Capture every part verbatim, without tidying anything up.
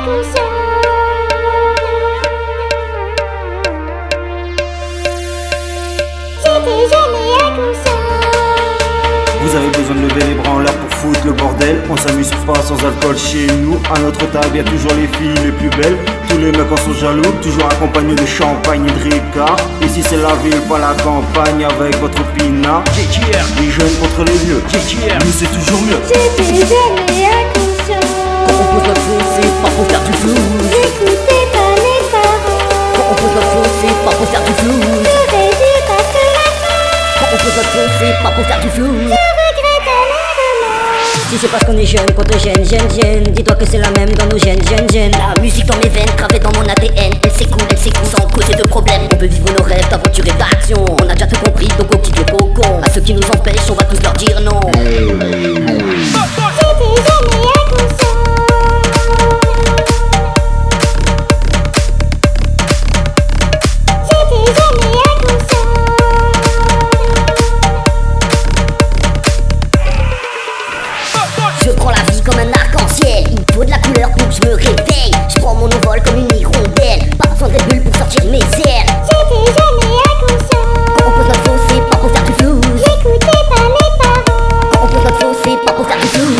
inconscient. J'étais jeune et inconscient. Vous avez besoin de lever les bras en l'air pour foutre le bordel. On s'amuse pas sans alcool chez nous. À notre table y'a toujours les filles les plus belles. Tous les mecs en sont jaloux, toujours accompagnés de champagne et de ricard. Ici c'est la ville, pas la campagne avec votre pinard. Les jeunes contre les vieux, nous c'est toujours mieux. J'étais jeune et inconscient. Quand on pose notre faux, c'est pas pour faire du flou. J'écoutais pas mes parents. Quand on pose notre faux, c'est pas pour faire du flou. J'aurais dû passer la fin. Quand on pose notre faux, c'est pas pour faire du flou. Je regrette amèrement. Si c'est parce qu'on est jeune, qu'on te gêne, gêne, gêne. Dis-toi que c'est la même dans nos gènes, gène, gène. La musique dans mes veines, gravée dans mon A D N. Elle s'écoule, elle s'écoule sans causer de problème. On peut vivre nos rêves d'aventure et d'action. On a déjà tout compris, donc au petit cocon. À ceux qui nous empêchent, on va tous leur dire non. J'étais jeune et inconscient. J'étais jeune et inconscient. Je prends la vie comme un arc-en-ciel. Il me faut de la couleur pour que je me réveille. Je prends mon envol comme une hirondelle. Pas besoin de bulles pour sortir mes ailes. J'étais jeune et inconscient. Quand on pose notre faux, c'est pas pour faire du flou. J'écoutais pas mes parents. Quand on pose notre faux, c'est pas pour faire du flou.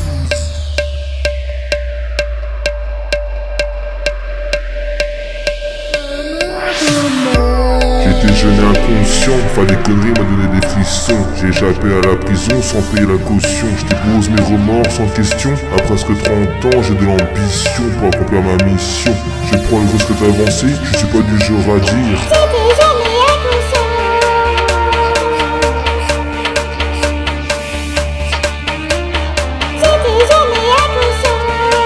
J'étais jeune et inconscient, fallait conneries m'a donné des frissons. J'ai échappé à la prison sans payer la caution. Je dépose mes remords sans question. À presque trente ans, j'ai de l'ambition pour accomplir ma mission. Je prends le risque d'avancer, je suis pas du genre à dire. J'étais jeune et inconscient. J'étais jeune et inconscient.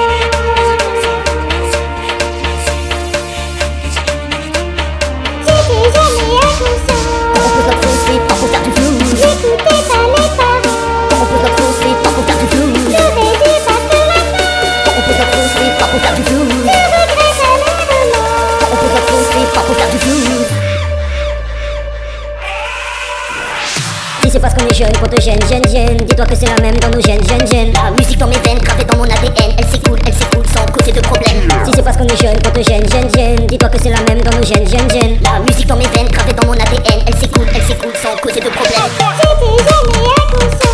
J'étais jeune et inconscient. Quand on pose notre faux, c'est pas pour faire du flou. J'écoutais pas mes parents. Quand on pose notre faux, c'est pas pour faire du flou. J'aurais dû passer la fin. Quand on pose notre faux, c'est pas pour faire du flou. Je regrette amèrement. Quand on pose notre faux, c'est pas pour faire du flou. Si c'est parce qu'on est jeune, qu'on te gêne, gêne, gêne. Dis-toi que c'est la même dans nos gènes, gène, gène. La musique dans mes veines, gravée dans mon A D N. Elle s'écoule, elle s'écoule sans causer de problème. Si c'est parce qu'on est jeune, qu'on te gêne, gêne, gêne. Dis-toi que c'est la même dans nos gènes, gène, gène. La musique dans mes veines, gravée dans mon A D N. Elle s'écoule, elle s'écoule sans causer de problème. J'étais jeune et inconscient.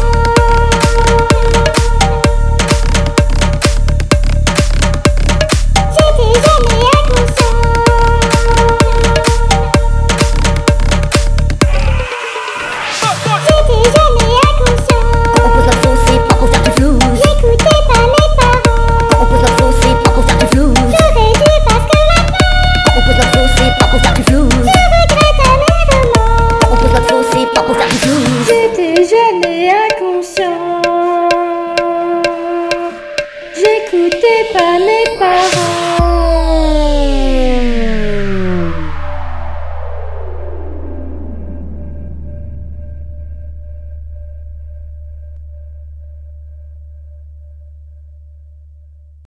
J'étais jeune et inconscient. J'étais jeune et inconscient. Quand on pose notre faux, c'est pas pour faire du flou. J'écoutais pas mes parents. Quand on pose notre faux, c'est pas pour faire du flou. J'aurais dû passer la fin. Quand on pose notre faux, c'est pas pour faire du flou. Je regrette amèrement. Quand on pose notre faux, c'est pas pour faire du flou. J'étais jeune